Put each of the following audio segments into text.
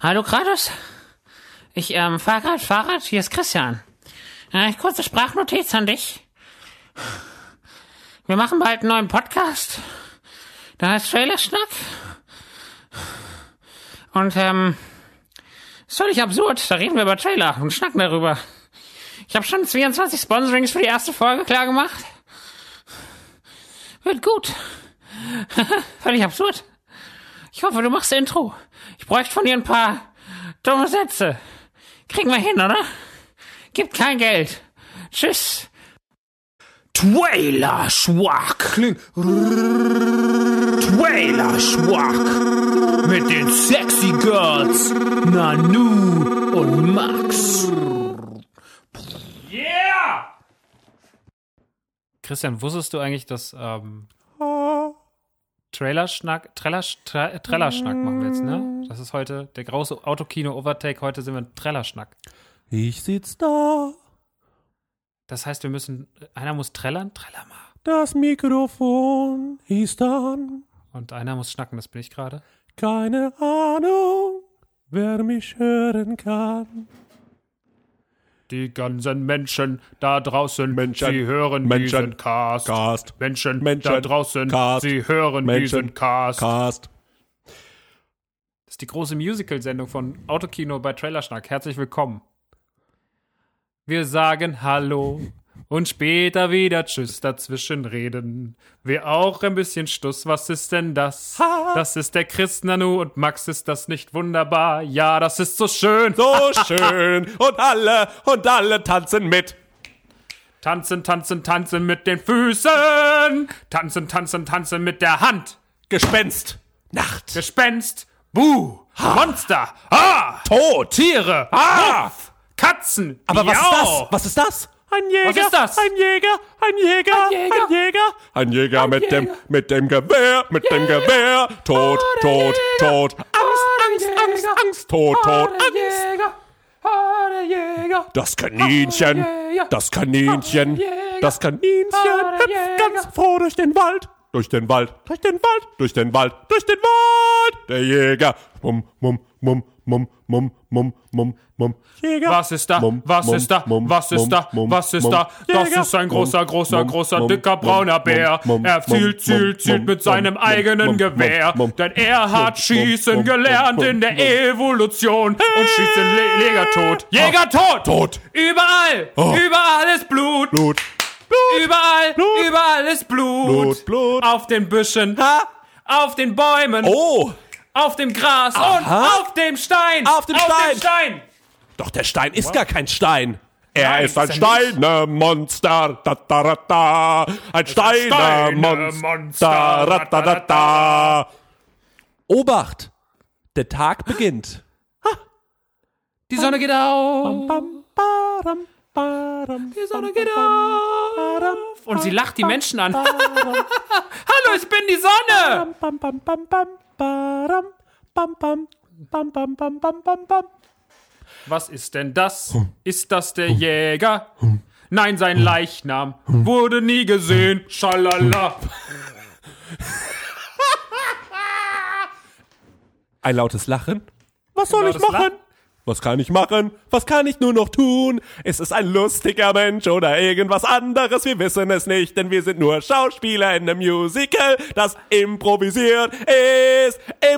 Hallo Kratos, ich fahr grad Fahrrad, hier ist Christian. Kurze Sprachnotiz an dich. Wir machen bald einen neuen Podcast. Der heißt Trailerschnack. Und ist völlig absurd, da reden wir über Trailer und schnacken darüber. Ich habe schon 24 Sponsorings für die erste Folge klar gemacht. Wird gut. Völlig absurd. Ich hoffe, du machst Intro. Ich bräuchte von dir ein paar dumme Sätze. Kriegen wir hin, oder? Gibt kein Geld. Tschüss. Trailerschnack. Trailerschnack. Mit den sexy Girls Nanu und Max. Yeah! Christian, wusstest du eigentlich, dass Trailerschnack machen wir jetzt, ne? Das ist heute der große Autokino-Overtake. Heute sind wir ein Trailerschnack. Ich sitz da. Das heißt, einer muss trällern, träller mal. Das Mikrofon ist an. Und einer muss schnacken, das bin ich gerade. Keine Ahnung, wer mich hören kann. Die ganzen Menschen da draußen, Menschen, sie hören diesen Cast. Menschen da draußen, sie hören diesen Cast. Das ist die große Musical-Sendung von Autokino bei Trailerschnack. Herzlich willkommen. Wir sagen Hallo und später wieder Tschüss, dazwischen reden wir auch ein bisschen Stuss. Was ist denn das? Das ist der Chris, Nanu und Max. Ist das nicht wunderbar? Ja, das ist so schön. So schön. Und alle tanzen mit. Tanzen mit den Füßen. Tanzen mit der Hand. Gespenst. Nacht. Gespenst. Buh. Monster. Tod. Tiere. Wuff. Katzen. Aber Miau. was ist das? Ein Jäger. Was ist das? Ein Jäger. Ein Jäger mit dem Gewehr. Tod. Angst. Tod. Das Kaninchen hüpft ganz froh durch den Wald. Der Jäger. Mum. Jäger. Was ist da? Das ist ein großer, dicker, brauner Bär. Er zielt mit seinem eigenen Gewehr. Denn er hat schießen gelernt in der Evolution und schießt den Jäger tot. Jäger tot! Überall ist Blut. Überall ist Blut. Auf den Büschen, auf den Bäumen. Auf dem Gras und auf dem Stein. Auf dem Stein. Doch der Stein ist gar kein Stein. Er ist ein Steinemonster. Ein Steinemonster. Obacht! Der Tag beginnt. Die Sonne geht auf. Die Sonne geht auf. Und sie lacht die Menschen an. Hallo, ich bin die Sonne. Was ist denn das? Ist das der Jäger? Nein, sein Leichnam wurde nie gesehen. Schalala. Ein lautes Lachen. Was soll ich machen? Was kann ich machen? Was kann ich nur noch tun? Ist es ein lustiger Mensch oder irgendwas anderes? Wir wissen es nicht, denn wir sind nur Schauspieler in einem Musical, das improvisiert ist.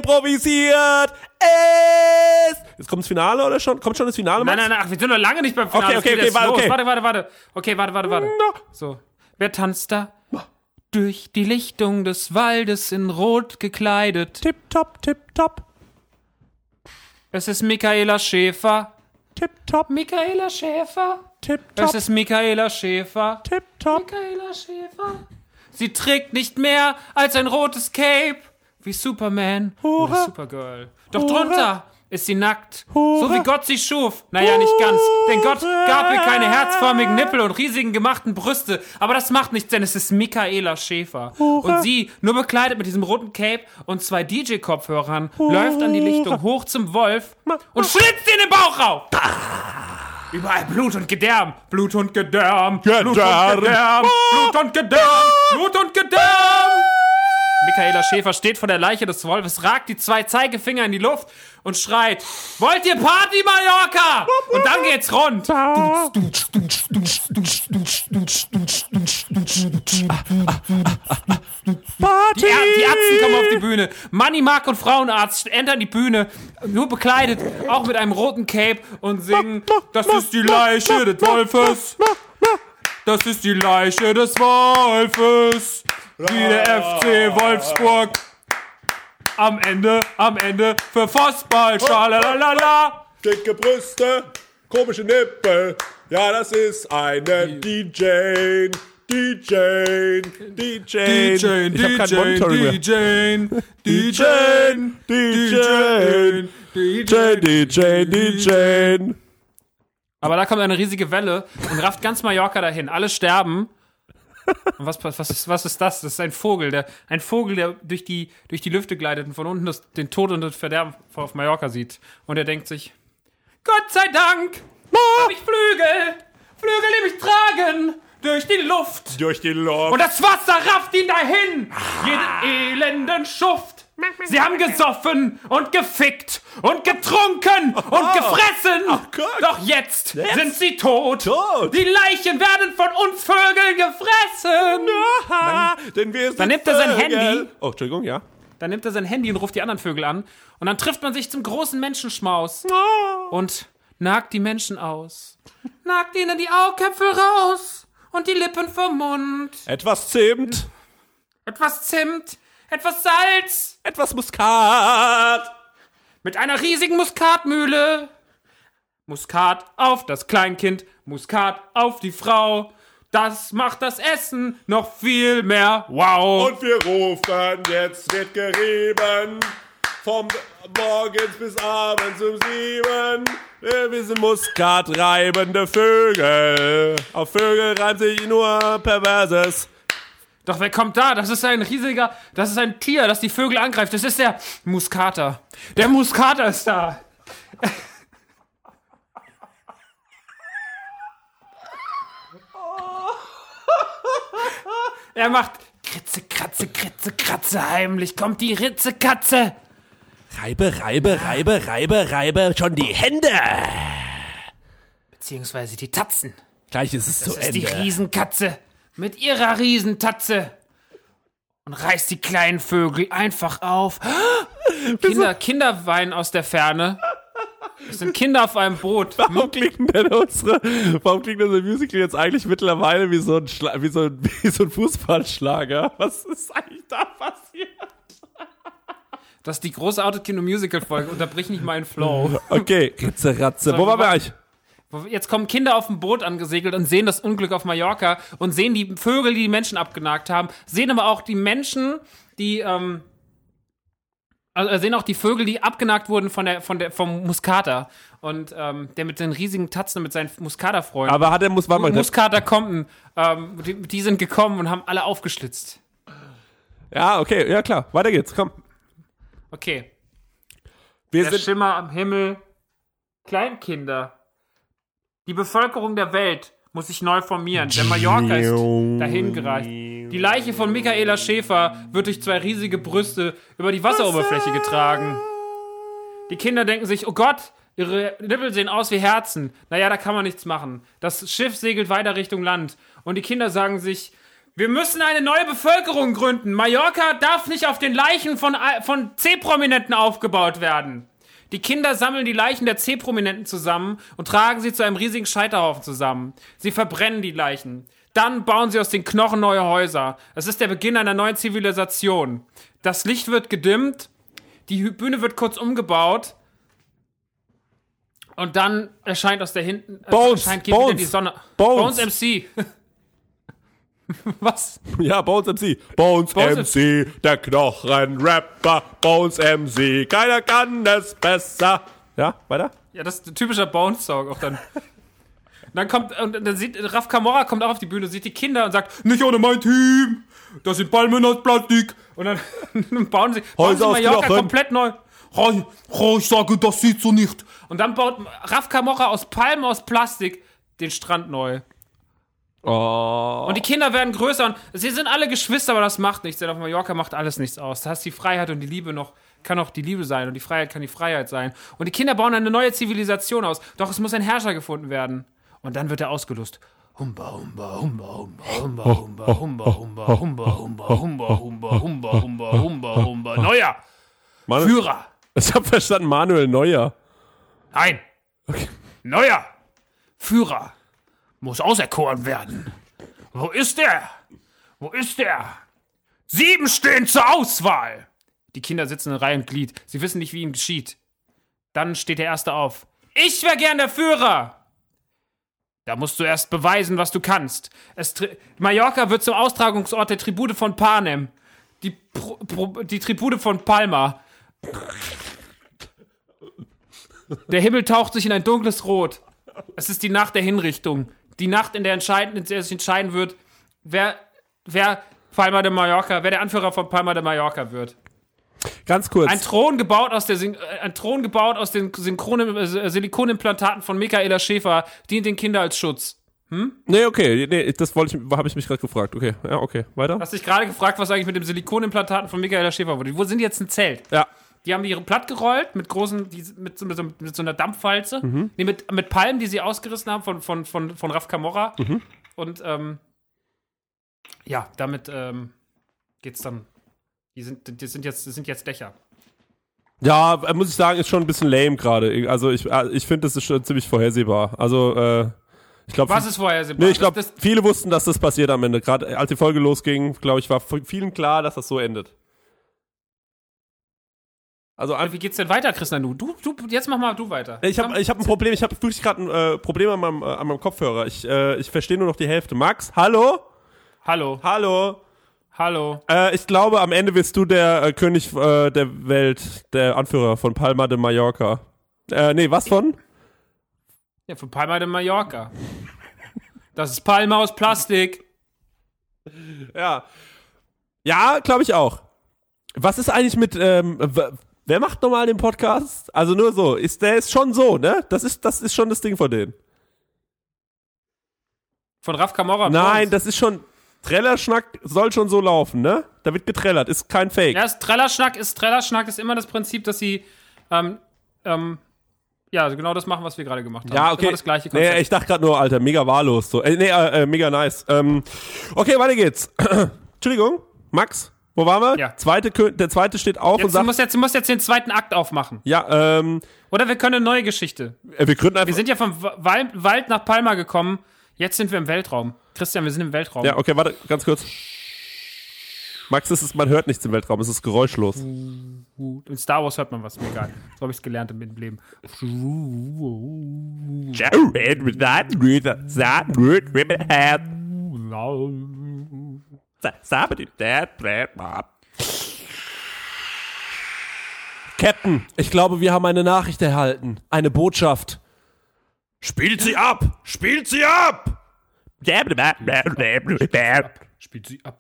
Jetzt kommt das Finale oder schon? Kommt schon das Finale? Nein, ach, wir sind noch lange nicht beim Finale. Okay, warte. Okay, warte. So, wer tanzt da? Durch die Lichtung des Waldes in Rot gekleidet. Tipp-topp. Es ist Michaela Schäfer. Tipp-topp. Michaela Schäfer. Tipp-topp. Es ist Michaela Schäfer. Tipp-topp. Michaela Schäfer. Sie trägt nicht mehr als ein rotes Cape. Wie Superman oder Supergirl. Doch drunter ist sie nackt. So wie Gott sie schuf. Naja, nicht ganz. Denn Gott gab ihr keine herzförmigen Nippel und riesigen gemachten Brüste. Aber das macht nichts, denn es ist Michaela Schäfer. Und sie, nur bekleidet mit diesem roten Cape und 2 DJ-Kopfhörern, läuft an die Lichtung hoch zum Wolf und schlitzt ihn den Bauch rauf. Überall Blut und Gedärm. Michaela Schäfer steht vor der Leiche des Wolfes, ragt die 2 Zeigefinger in die Luft und schreit, wollt ihr Party, Mallorca? Und dann geht's rund. Die Ärzte kommen auf die Bühne. Manni, Mark und Frauenarzt entern die Bühne, nur bekleidet, auch mit einem roten Cape und singen, das ist die Leiche des Wolfes. Das ist die Leiche des Wolfes. Wie der FC Wolfsburg. Am Ende für Fußball. Schalalala. Dicke Brüste, komische Nippel. Ja, das ist eine DJ. Ich hab kein Monitoring mehr. DJ. Aber da kommt eine riesige Welle und rafft ganz Mallorca dahin. Alle sterben. Und was ist das? Das ist ein Vogel, der durch die Lüfte gleitet und von unten den Tod und das Verderben auf Mallorca sieht. Und er denkt sich, Gott sei Dank hab ich Flügel, die mich tragen durch die Luft. Und das Wasser rafft ihn dahin, jeden elenden Schuft. Sie haben gesoffen und gefickt und getrunken und gefressen. Doch jetzt sind sie tot. Die Leichen werden von uns Vögeln gefressen. Dann nimmt er sein Handy. Oh, Entschuldigung, ja. Dann nimmt er sein Handy und ruft die anderen Vögel an. Und dann trifft man sich zum großen Menschenschmaus. Und nagt die Menschen aus. Nagt ihnen die Augäpfel raus. Und die Lippen vom Mund. Etwas Zimt. Etwas Salz. Etwas Muskat. Mit einer riesigen Muskatmühle. Muskat auf das Kleinkind. Muskat auf die Frau. Das macht das Essen noch viel mehr wow. Und wir rufen, jetzt wird gerieben. Vom morgens bis abends um 7. Wir sind muskatreibende Vögel. Auf Vögel reimt sich nur Perverses. Doch wer kommt da? Das ist ein Tier, das die Vögel angreift. Das ist der Muskater. Der Muskater ist da. Er macht Kritze, Kratze, Kritze, Kratze, heimlich kommt die Ritzekatze. Reibe, schon die Hände. Beziehungsweise die Tatzen. Gleich ist es zu Ende. Das ist die Riesenkatze mit ihrer Riesentatze. Und reißt die kleinen Vögel einfach auf. Kinder weinen aus der Ferne. Es sind Kinder auf einem Boot. Warum klingt unser Musical jetzt eigentlich mittlerweile wie so ein Fußballschlager? Was ist eigentlich da passiert? Das ist die große Autokino-Musical-Folge. Unterbrich nicht meinen Flow. Okay, Ritze, Ratze. Wo waren wir eigentlich? Jetzt kommen Kinder auf dem Boot angesegelt und sehen das Unglück auf Mallorca und sehen die Vögel, die Menschen abgenagt haben, sehen aber auch die Menschen, die, sehen auch die Vögel, die abgenagt wurden vom Muskater. Und der mit den riesigen Tatzen, mit seinen Muskaterfreunden. Aber hat der Muskater kommen, die sind gekommen und haben alle aufgeschlitzt. Ja, okay, ja klar. Weiter geht's, komm. Okay. Der Schimmer am Himmel. Kleinkinder. Die Bevölkerung der Welt muss sich neu formieren. Der Mallorca ist dahingereicht. Die Leiche von Michaela Schäfer wird durch 2 riesige Brüste über die Wasseroberfläche getragen. Die Kinder denken sich, oh Gott, ihre Nippel sehen aus wie Herzen. Naja, da kann man nichts machen. Das Schiff segelt weiter Richtung Land. Und die Kinder sagen sich, wir müssen eine neue Bevölkerung gründen. Mallorca darf nicht auf den Leichen von C-Prominenten aufgebaut werden. Die Kinder sammeln die Leichen der C-Prominenten zusammen und tragen sie zu einem riesigen Scheiterhaufen zusammen. Sie verbrennen die Leichen. Dann bauen sie aus den Knochen neue Häuser. Es ist der Beginn einer neuen Zivilisation. Das Licht wird gedimmt, die Bühne wird kurz umgebaut und dann erscheint wieder die Sonne. Bones MC. Was? Ja, Bones MC. Bones MC, der Knochenrapper. Bones MC, keiner kann es besser. Ja, weiter? Ja, das ist ein typischer Bones-Song auch dann. Dann sieht Raf Camorra kommt auch auf die Bühne, sieht die Kinder und sagt, nicht ohne mein Team. Das sind Palmen aus Plastik. Und dann bauen sie Mallorca komplett neu. Ich sage, das sieht so nicht. Und dann baut Raf Camorra aus Palmen aus Plastik den Strand neu. Oh. Und die Kinder werden größer und sie sind alle Geschwister, aber das macht nichts, denn auf Mallorca macht alles nichts aus. Da hast die Freiheit und die Liebe kann auch die Liebe sein und die Freiheit kann die Freiheit sein. Und die Kinder bauen eine neue Zivilisation aus. Doch es muss ein Herrscher gefunden werden. Und dann wird er ausgelost. Humba, humba, humba, humba, humba, humba, humba, humba, humba, humba, humba, humba, humba, humba, humba, humba, Neuer! Führer! Ich hab verstanden, Manuel Neuer. Nein! Okay. Neuer! Führer! Muss auserkoren werden. Wo ist der? Wo ist der? 7 stehen zur Auswahl! Die Kinder sitzen in Reihe und Glied. Sie wissen nicht, wie ihnen geschieht. Dann steht der Erste auf. Ich wär gern der Führer! Da musst du erst beweisen, was du kannst. Mallorca wird zum Austragungsort der Tribute von Panem. Die Tribute von Palma. Der Himmel taucht sich in ein dunkles Rot. Es ist die Nacht der Hinrichtung. Die Nacht, in der sich entscheiden wird, wer Palma de Mallorca, wer der Anführer von Palma de Mallorca wird. Ganz kurz. Ein Thron gebaut aus den Silikonimplantaten von Michaela Schäfer dient den Kindern als Schutz. Nee, okay. Nee, das habe ich mich gerade gefragt. Okay, ja, okay. Weiter? Hast dich gerade gefragt, was eigentlich mit dem Silikonimplantaten von Michaela Schäfer wurde. Wo sind die jetzt ein Zelt? Ja. Die haben die platt gerollt mit großen, mit so einer Dampfwalze. Nee, mit Palmen, die sie ausgerissen haben von Raf Camorra. Und ja, damit geht's dann. Das sind jetzt Dächer. Ja, muss ich sagen, ist schon ein bisschen lame gerade. Also ich finde, das ist schon ziemlich vorhersehbar. Also, ich glaube. Was ist vorhersehbar? Nee, ich glaube, viele wussten, dass das passiert am Ende. Gerade als die Folge losging, glaube ich, war vielen klar, dass das so endet. Also wie geht's denn weiter, Christian? Du jetzt mach mal du weiter. Ich hab ein Problem. Ich habe wirklich gerade ein Problem an meinem Kopfhörer. Ich verstehe nur noch die Hälfte. Max, hallo? Hallo. Ich glaube, am Ende wirst du der König der Welt, der Anführer von Palma de Mallorca. Nee, was von? Ja, von Palma de Mallorca. Das ist Palma aus Plastik. Ja. Ja, glaube ich auch. Was ist eigentlich mit, wer macht nochmal den Podcast? Also nur so, der ist schon so, ne? Das ist schon das Ding von denen. Von Raf Camorra? Nein, das ist schon, Trellerschnack soll schon so laufen, ne? Da wird getrellert, ist kein Fake. Ja, Trellerschnack ist immer das Prinzip, dass sie, ja, genau das machen, was wir gerade gemacht haben. Ja, okay. Immer das gleiche Konzept. Nee, ich dachte gerade nur, Alter, mega wahllos. So. Mega nice. Okay, weiter geht's. Entschuldigung, Max, wo waren wir? Ja. Der zweite steht auf und sagt... Du musst jetzt den zweiten Akt aufmachen. Ja, Oder wir können eine neue Geschichte. wir gründen einfach... Wir sind ja vom Wald nach Palma gekommen. Jetzt sind wir im Weltraum. Christian, wir sind im Weltraum. Ja, okay, warte, ganz kurz. Max, man hört nichts im Weltraum, es ist geräuschlos. In Star Wars hört man was, mir egal. So habe ich es gelernt im Leben. Captain, ich glaube, wir haben eine Nachricht erhalten. Eine Botschaft. Spielt sie ab! Spielt sie ab! Spielt sie ab.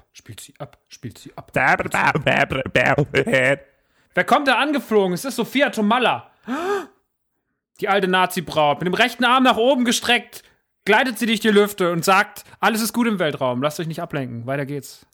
Wer kommt da angeflogen? Es ist Sophia Tomalla. Die alte Nazi-Braut. Mit dem rechten Arm nach oben gestreckt gleitet sie durch die Lüfte und sagt, alles ist gut im Weltraum. Lasst euch nicht ablenken. Weiter geht's.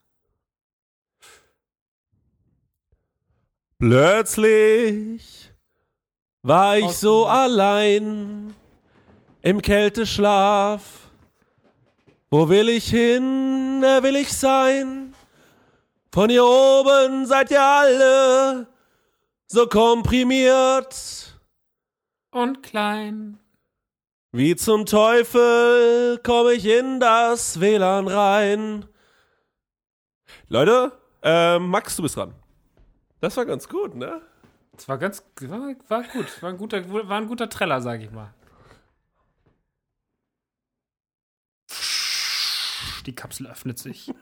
Plötzlich war ich so allein im Kälteschlaf. Wo will ich hin, wer will ich sein? Von hier oben seid ihr alle so komprimiert. Und klein. Wie zum Teufel komme ich in das WLAN rein? Leute, Max, du bist dran. Das war ganz gut, ne? Das war gut. War ein guter Treller, sag ich mal. Die Kapsel öffnet sich.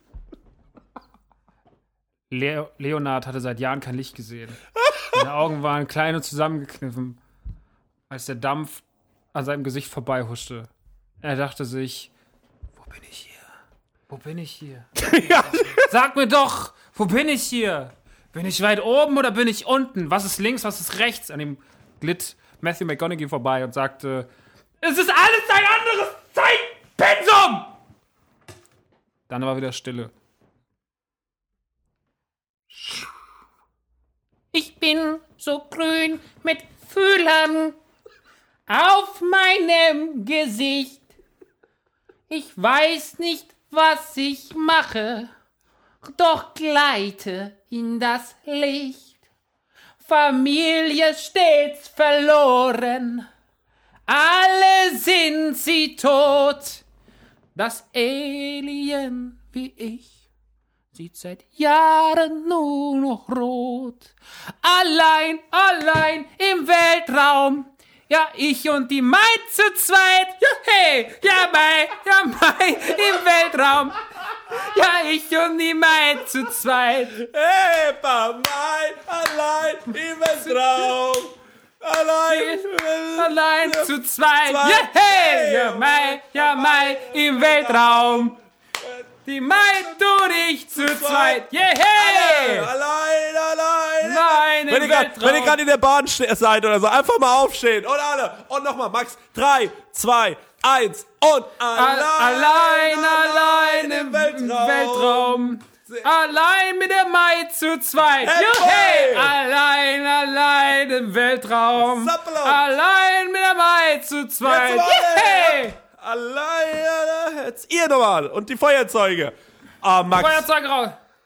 Leonard hatte seit Jahren kein Licht gesehen. Seine Augen waren klein und zusammengekniffen, als der Dampf an seinem Gesicht vorbeihuschte. Er dachte sich, wo bin ich hier? Wo bin ich hier? Ja. Sag mir doch, wo bin ich hier? Bin ich weit oben oder bin ich unten? Was ist links, was ist rechts? An ihm glitt Matthew McConaughey vorbei und sagte, es ist alles ein anderes Zeitpensum! Dann war wieder Stille. Ich bin so grün mit Fühlern auf meinem Gesicht. Ich weiß nicht, was ich mache, doch gleite in das Licht. Familie stets verloren, alle sind sie tot. Das Alien wie ich sieht seit Jahren nur noch rot. Allein im Weltraum. Ja, ich und die Mai zu zweit. Ja, hey, ja, Mai im Weltraum. Ja, ich und die Mai zu zweit. Hey, Mai, allein im Weltraum. Allein zu zweit. Ja, hey, ja, Mai im Weltraum. Die Mai und ich zu zweit. Yeah, hey! Allein im Weltraum. Wenn ihr gerade in der Bahn seid oder so, einfach mal aufstehen. Und alle. Und nochmal, Max. 3, 2, 1 und allein im Weltraum. Allein mit der Mai zu zweit. Hey, allein im Weltraum. Allein mit der Mai zu zweit. Hey! Allein, jetzt ihr nochmal. Und die Feuerzeuge. Max. Feuerzeug raus.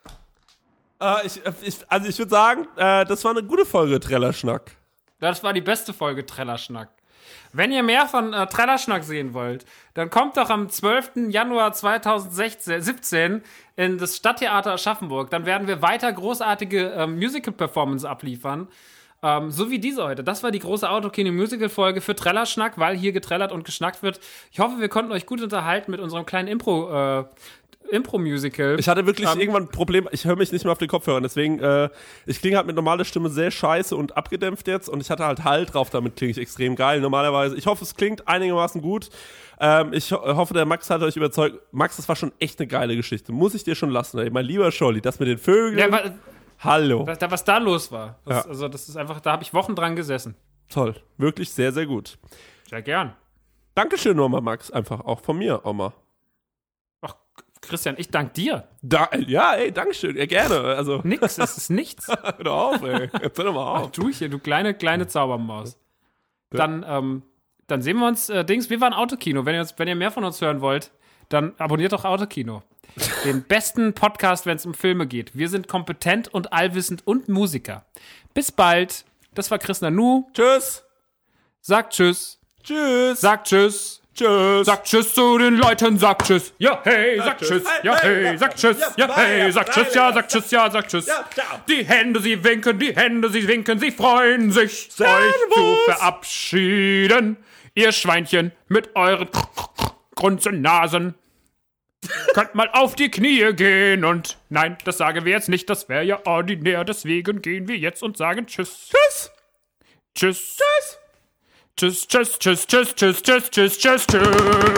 Ich würde sagen, das war eine gute Folge Trellerschnack. Das war die beste Folge Trellerschnack. Wenn ihr mehr von Trellerschnack sehen wollt, dann kommt doch am 12. Januar 2017 in das Stadttheater Aschaffenburg. Dann werden wir weiter großartige Musical-Performance abliefern. So wie diese heute. Das war die große Autokino-Musical-Folge für Trellerschnack, weil hier getrellert und geschnackt wird. Ich hoffe, wir konnten euch gut unterhalten mit unserem kleinen Impro-Musical. Ich hatte wirklich irgendwann ein Problem, ich höre mich nicht mehr auf den Kopfhörern, deswegen, ich klinge halt mit normaler Stimme sehr scheiße und abgedämpft jetzt und ich hatte halt Halt drauf, damit klinge ich extrem geil normalerweise. Ich hoffe, es klingt einigermaßen gut. Ich hoffe, der Max hat euch überzeugt. Max, das war schon echt eine geile Geschichte. Muss ich dir schon lassen, ey. Mein lieber Scholli, das mit den Vögeln. Ja, hallo. Was da los war. Also, das ist einfach, da habe ich Wochen dran gesessen. Toll. Wirklich sehr, sehr gut. Sehr gern. Dankeschön nochmal, Max. Einfach auch von mir, Oma. Ach, Christian, ich danke dir. Dankeschön. Ja, gerne. Also. Nix, es ist nichts. Hör doch auf, ey. Jetzt hör doch mal auf. Du hier, du kleine Zaubermaus. Dann sehen wir uns, wir waren Autokino. Wenn ihr mehr von uns hören wollt, dann abonniert doch Autokino. Den besten Podcast, wenn es um Filme geht. Wir sind kompetent und allwissend und Musiker. Bis bald. Das war Chris Nanu. Tschüss. Sagt Tschüss. Tschüss. Sagt Tschüss. Tschüss. Sagt Tschüss zu den Leuten. Sagt Tschüss. Ja, hey, sagt Tschüss. Ja, hey, sagt Tschüss. Ja, hey, sagt Tschüss. Ja, sagt Tschüss. Ja, sagt Tschüss. Die Hände, sie winken. Sie freuen sich, euch zu verabschieden. Ihr Schweinchen mit euren grunzen Nasen. Könnt mal auf die Knie gehen und nein, das sagen wir jetzt nicht, das wäre ja ordinär, deswegen gehen wir jetzt und sagen Tschüss. Tschüss. Tschüss. Tschüss. Tschüss, tschüss, tschüss, tschüss, tschüss, tschüss, tschüss, tschüss.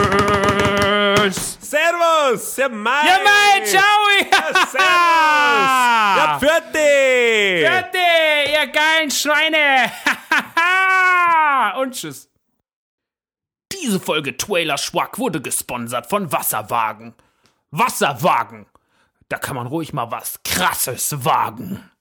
Servus. Ja, Mai. Ja, Mai, ciao. Servus. Ja, Pfirti. Pfirti, ihr geilen Schweine. Und tschüss. Diese Folge Trailer Schwack wurde gesponsert von Wasserwagen. Wasserwagen. Da kann man ruhig mal was Krasses wagen.